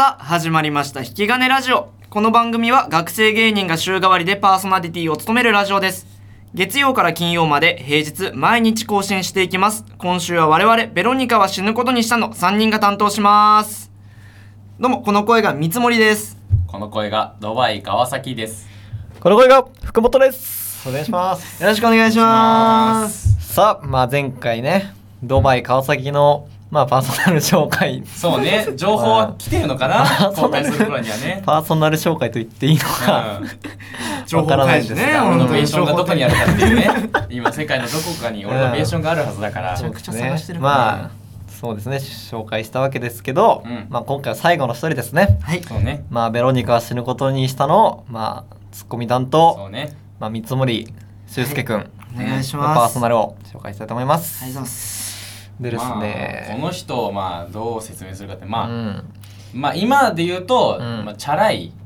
さあ始まりました引き金ラジオ。この番組は学生芸人が週替わりでパーソナリティを務めるラジオです。月曜から金曜まで平日毎日更新していきます。今週は我々ベロニカは死ぬことにしたの3人が担当します。どうも、この声が三つ森です。 この声がドバイ川崎です。 この声が福本です。お願いします。 よろしくお願いします。 さあ、前回ねドバイ川崎のパーソナル紹介、 そうね、情報は来てるのかな公開する頃にはね。 パーソナル紹介と言っていいのか、 情報開示ね。 俺のベーションがどこにあるかっていうね。今世界のどこかに俺のベーションがあるはずだから。 めちゃくちゃ探してるから。 そうですね、紹介したわけですけど、今回は最後の一人ですね。 はい。 そうね。 ベロニカは死ぬことにしたのツッコミ担当、 そうね。 三つ森修介くん、 お願いします。 パーソナルを紹介したいと思います。 ありがとうございます。 でですね、 この人をどう説明するかって今で言うと、チャラい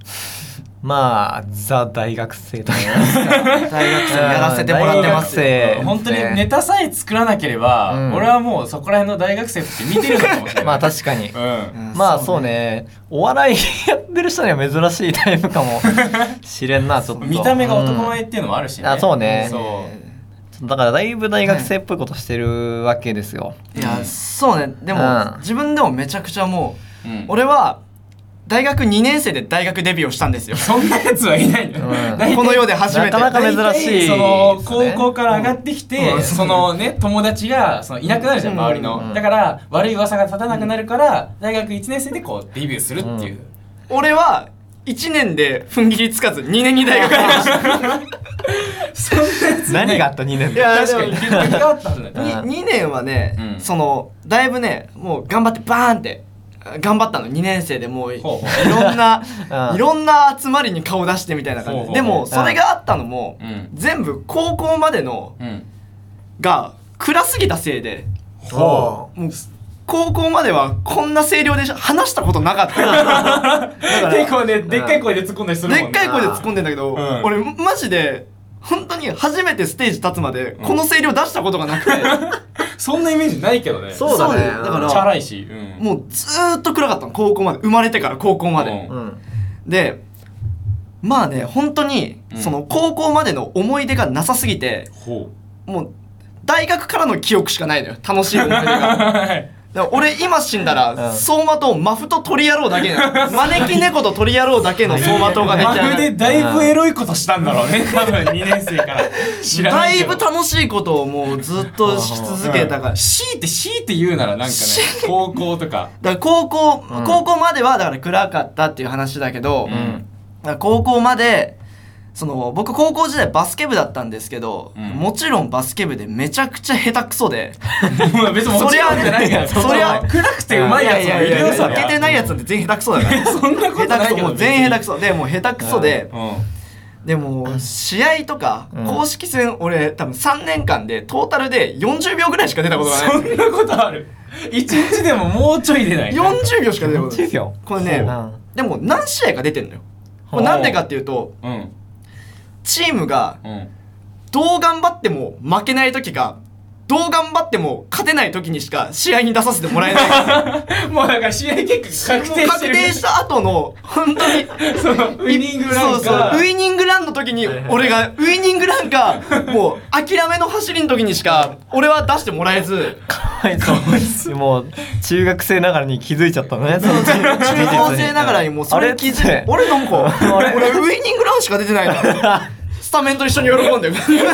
ザ大学生とか大学生やらせてもらってますよ。 本当にネタさえ作らなければ、俺はもうそこら辺の大学生として見てるのかもしれない。 確かに、そうね、お笑いやってる人には珍しいタイプかもしれんな。ちょっと見た目が男前っていうのもあるしね。 そうね。だからだいぶ大学生っぽいことしてるわけですよ。 いや、そうね。でも、自分でもめちゃくちゃもう、俺は大学2年生で大学デビューをしたんですよ。 そんなやつはいないのよ。 この世で初めて。 なかなか珍しい。 その高校から上がってきて、そのね友達がいなくなるじゃん、周りの。だから悪い噂が立たなくなるから、大学1年生でこうデビューするっていう。 俺は1年で踏ん切りつかず2年に大学入りました。 そんなやつ何があった2年で。 確かに何があったんだよ。 2年はね、だいぶね、もう頑張ってバーンって頑張ったの。2年生でもういろんな集まりに顔出してみたいな感じで。でもそれがあったのも全部高校までのが暗すぎたせいで、もう高校まではこんな声量で話したことなかった。だから結構ね、でっかい声で突っ込んだりするもんね。 でっかい声で突っ込んでんだけど、俺マジで本当に初めてステージ立つまでこの声量出したことがなくて。 そんなイメージないけどね。 そうだね。 だからチャラいし、 もうずーっと暗かったの、高校まで。生まれてから高校まで。で、本当にその高校までの思い出がなさすぎて、もう大学からの記憶しかないのよ、楽しい思い出が。俺今死んだら走馬灯マフと鳥野郎だけ招き猫と鳥野郎だけの走馬灯が出ちゃう。 マフでだいぶエロいことしたんだろうね、多分2年生から知らないけど。 だいぶ楽しいことをもうずっとし続けたから。 強いて言うならなんかね、高校とかだから高校まではだから暗かったっていう話だけど、高校まで僕高校時代バスケ部だったんですけど、もちろんバスケ部でめちゃくちゃ下手くそで。 別にもちろんじゃないから。そりゃ暗くてうまいやつもいるよ。 負けてないやつなんて全員下手くそだから。 そんなことないけど。 もう全員下手くそで、もう下手くそで、でも試合とか公式戦俺多分3年間でトータルで40秒ぐらいしか出たことがない。 そんなことある？1日でももうちょい出ない。 40秒しか出たことない。 40秒これね、でも何試合か出てんのよ。これなんでかっていうと、チームがどう頑張っても負けない時がどう頑張っても勝てない時にしか試合に出させてもらえない。 もうだから試合結果確定してる。 確定した後の本当にウイニングランか。 ウイニングランの時に俺がウイニングランかもう諦めの走りの時にしか俺は出してもらえず。 かわいそう。もう中学生ながらに気づいちゃったね。 中高生ながらにもうそれ気づいて、俺なんか俺ウイニングランしか出てないな。スタメンと一緒に喜んでる。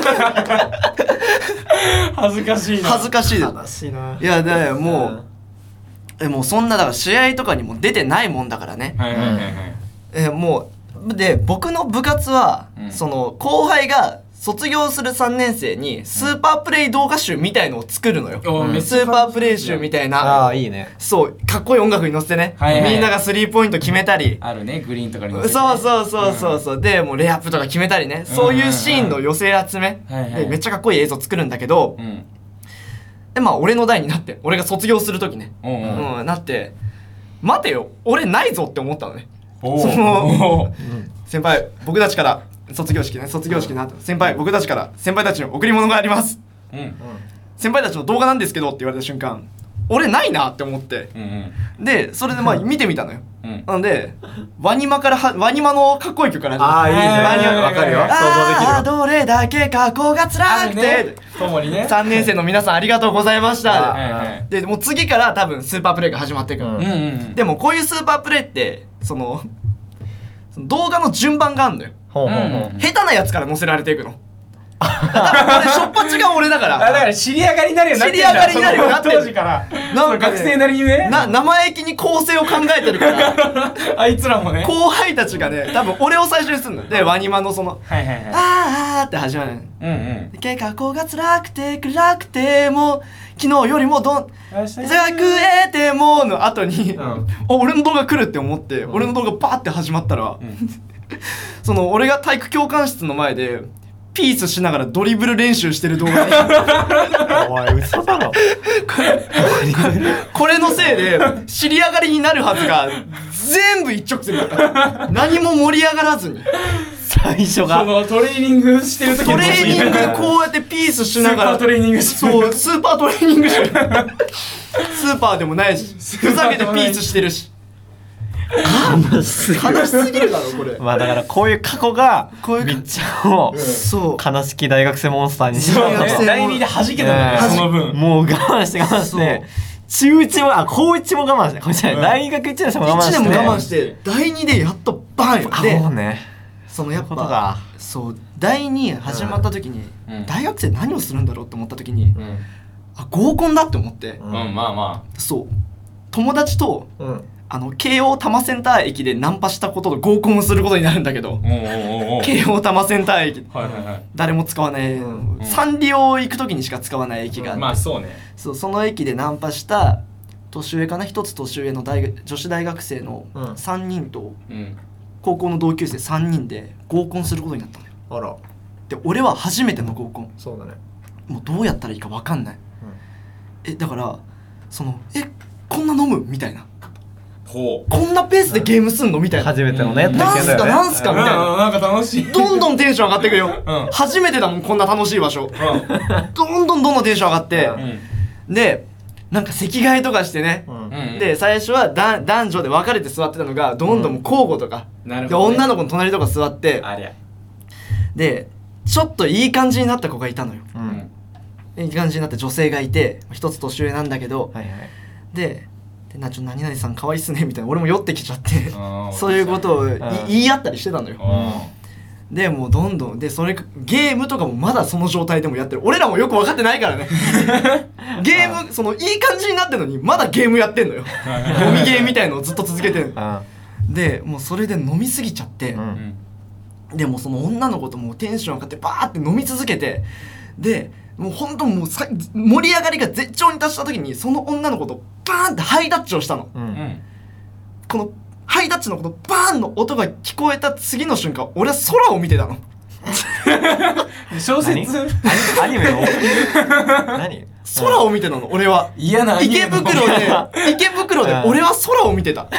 恥ずかしいな。 恥ずかしいです。いやだからもうそんなだから試合とかにも出てないもんだからね。もうで僕の部活はその後輩が卒業する3年生にスーパープレイ動画集みたいのを作るのよ。スーパープレイ集みたいな。 いいね。 そう、かっこいい音楽に乗せてね、みんながスリーポイント決めたりあるね、グリーンとかに乗せて。 そうでもうレイアップとか決めたりね、そういうシーンの寄せ集めでめっちゃかっこいい映像作るんだけど、で俺の代になって俺が卒業する時ね、なって待てよ俺ないぞって思ったのね。先輩僕たちから卒業式な先輩僕たちから先輩たちに贈り物があります、先輩たちの動画なんですけどって言われた瞬間俺ないなって思って、でそれでまあ見てみたのよ。なのでワニマのかっこいい曲から始まる。いいね。わかるよ。想像できる。 ああどれだけ過去が辛くて、3年生の皆さんありがとうございました。でもう次から多分スーパープレイが始まっていくの。でもこういうスーパープレイってその動画の順番があるのよ。下手なやつから載せられていくの。俺しょっぱちが俺だから。 だから知り上がりになるようになってんだ。 知り上がりになるようになってんだ。 当時からなんか学生なりにね、 生意気に構成を考えてるからあいつらもね、 後輩たちがね多分俺を最初にするので、ワニマのそのあーって始まる。計画が辛くて暗くても昨日よりも辛く得てもの後に俺の動画来るって思って俺の動画バーって始まったらその俺が体育教官室の前でピースしながらドリブル練習してる動画おい嘘だろこれのせいで知り上がりになるはずが全部一直線だった何も盛り上がらずに最初がそのトレーニングしてる時トレーニングでこうやってピースしながらスーパートレーニングしてる。 そうスーパートレーニングしてるスーパーでもないしふざけてピースしてるし悲しすぎるだろこれ。 まあだからこういう過去がめっちゃもう悲しき大学生モンスターにしまう。第2で弾けたんだね、その分もう我慢して中1も高1も我慢して、これじゃない大学1年生も我慢して 1年も我慢して第2でやっとバンよ。でそうね、 そのやっぱそう第2始まった時に大学生何をするんだろうって思った時に合コンだって思って、そう友達と京王多摩センター駅でナンパしたことと合コンをすることになるんだけど、京王多摩センター駅、誰も使わない、サンリオ行く時にしか使わない駅があって、 まあそうね、 その駅でナンパした年上かな、一つ年上の女子大学生の3人と、高校の同級生3人で合コンすることになったのよ。 あら。 で俺は初めての合コン。 そうだね。 もうどうやったらいいか分かんない、だからそのこんな飲むみたいな、こんなペースでゲームすんのみたいな、 初めてのね、 なんすかみたいな、 なんか楽しい、 どんどんテンション上がってくよ、初めてだもんこんな楽しい場所、どんどんテンション上がって、でなんか席替えとかしてね、で最初は男女で分かれて座ってたのがどんどん交互とか、で女の子の隣とか座って、でちょっといい感じになった子がいたのよ、いい感じになった女性がいて、一つ年上なんだけど、で何々さん可愛いっすねみたいな、俺も酔ってきちゃってそういうことを言い合ったりしてたのよ。でもうどんどんでそれゲームとかもまだその状態でもやってる。俺らもよく分かってないからねゲームそのいい感じになってるのにまだゲームやってんのよ飲みゲーみたいのをずっと続けてる。でもうそれで飲みすぎちゃって、でもその女の子ともうテンション上がってバーって飲み続けて、でもうほんともう盛り上がりが絶頂に達した時にその女の子とバーンってハイタッチをしたの、このハイタッチのこのバーンの音が聞こえた次の瞬間、俺は空を見てたの小説アニメの何空を見てたの俺は。 嫌な池袋で俺は空を見てた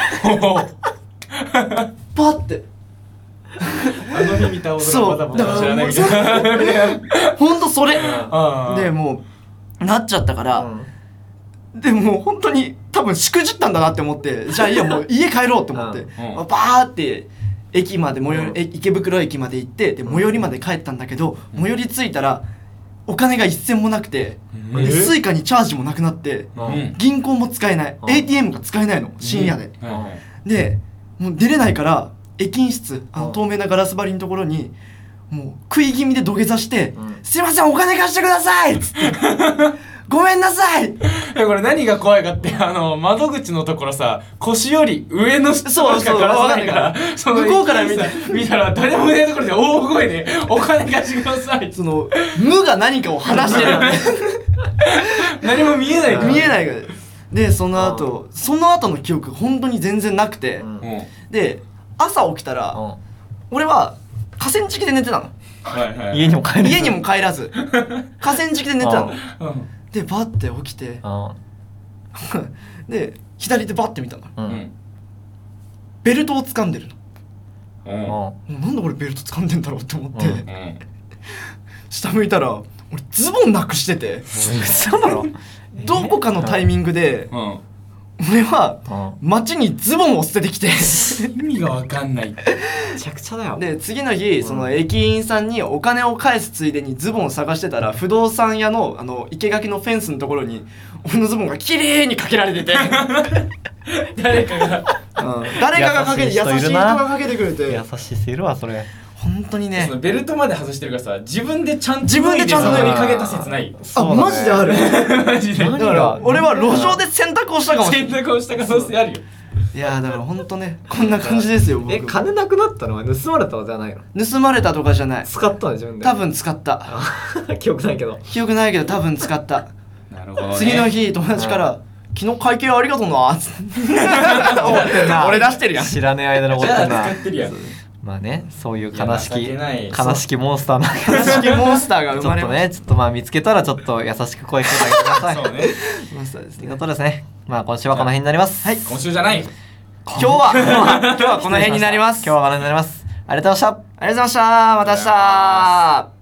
パッて日見た男がまだ知らないみたいなほんとそれでもうなっちゃったから、でも本当に多分しくじったんだなって思って、じゃあいいやもう家帰ろうって思ってバーって駅まで池袋駅まで行って、で最寄りまで帰ったんだけど、最寄り着いたらお金が一銭もなくて、でスイカにチャージもなくなって、銀行も使えない、ATM が使えないの深夜で、でもう出れないから駅員室、透明なガラス張りのところにもう食い気味で土下座して「すいませんお金貸してください!」っつって「ごめんなさい!」 これ何が怖いかって窓口のところさ、腰より上の人しかガラスないから、 向こうから見たら誰もいないところで大声で「お金貸してください!」 その無が何かを話してるよね何も見えないから見えないから。でその後の記憶本当に全然なくて、で朝起きたら俺は河川敷で寝てたの。 家にも帰らず河川敷で寝てたの。でバッて起きてで左手バッて見たの、ベルトを掴んでるの。なんで俺ベルト掴んでんだろうって思って下向いたら俺ズボンなくしてて嘘だろどこかのタイミングで俺は街にズボンを捨ててきて意味が分かんない。 めちゃくちゃだよ。 で次の日その駅員さんにお金を返すついでにズボンを探してたら不動産屋の生垣のフェンスのところに俺のズボンが綺麗にかけられてて誰かがかけて優しい人がかけてくれて優しすぎるわそれ。 本当にねそのベルトまで外してるからさ自分でちゃんと自分でちゃんと脱いでそこにかけた説ない。 マジであるマジでだから俺は路上で洗濯をしたかもしれない。 洗濯をした可能性あるよ。 いやだから本当ねこんな感じですよ僕。 金なくなったのは盗まれたのじゃないの？ 盗まれたとかじゃない。 使ったの自分で？ 多分使った記憶ないけど多分使った。 なるほどね。 次の日友達から昨日会計ありがとうな俺出してるやん。 知らねえ間のことな。 じゃあ使ってるやん。 まあねそういう悲しきモンスター悲しきモンスターが生まれました。 ちょっとまあ見つけたらちょっと優しく声かけてあげてください。 そうね。 モンスターですね。 ということですね。まあ今週はこの辺になります。 はい。 今週じゃない。 今日はこの辺になります。 今日はこの辺になります。ありがとうございました。 ありがとうございました。また明日。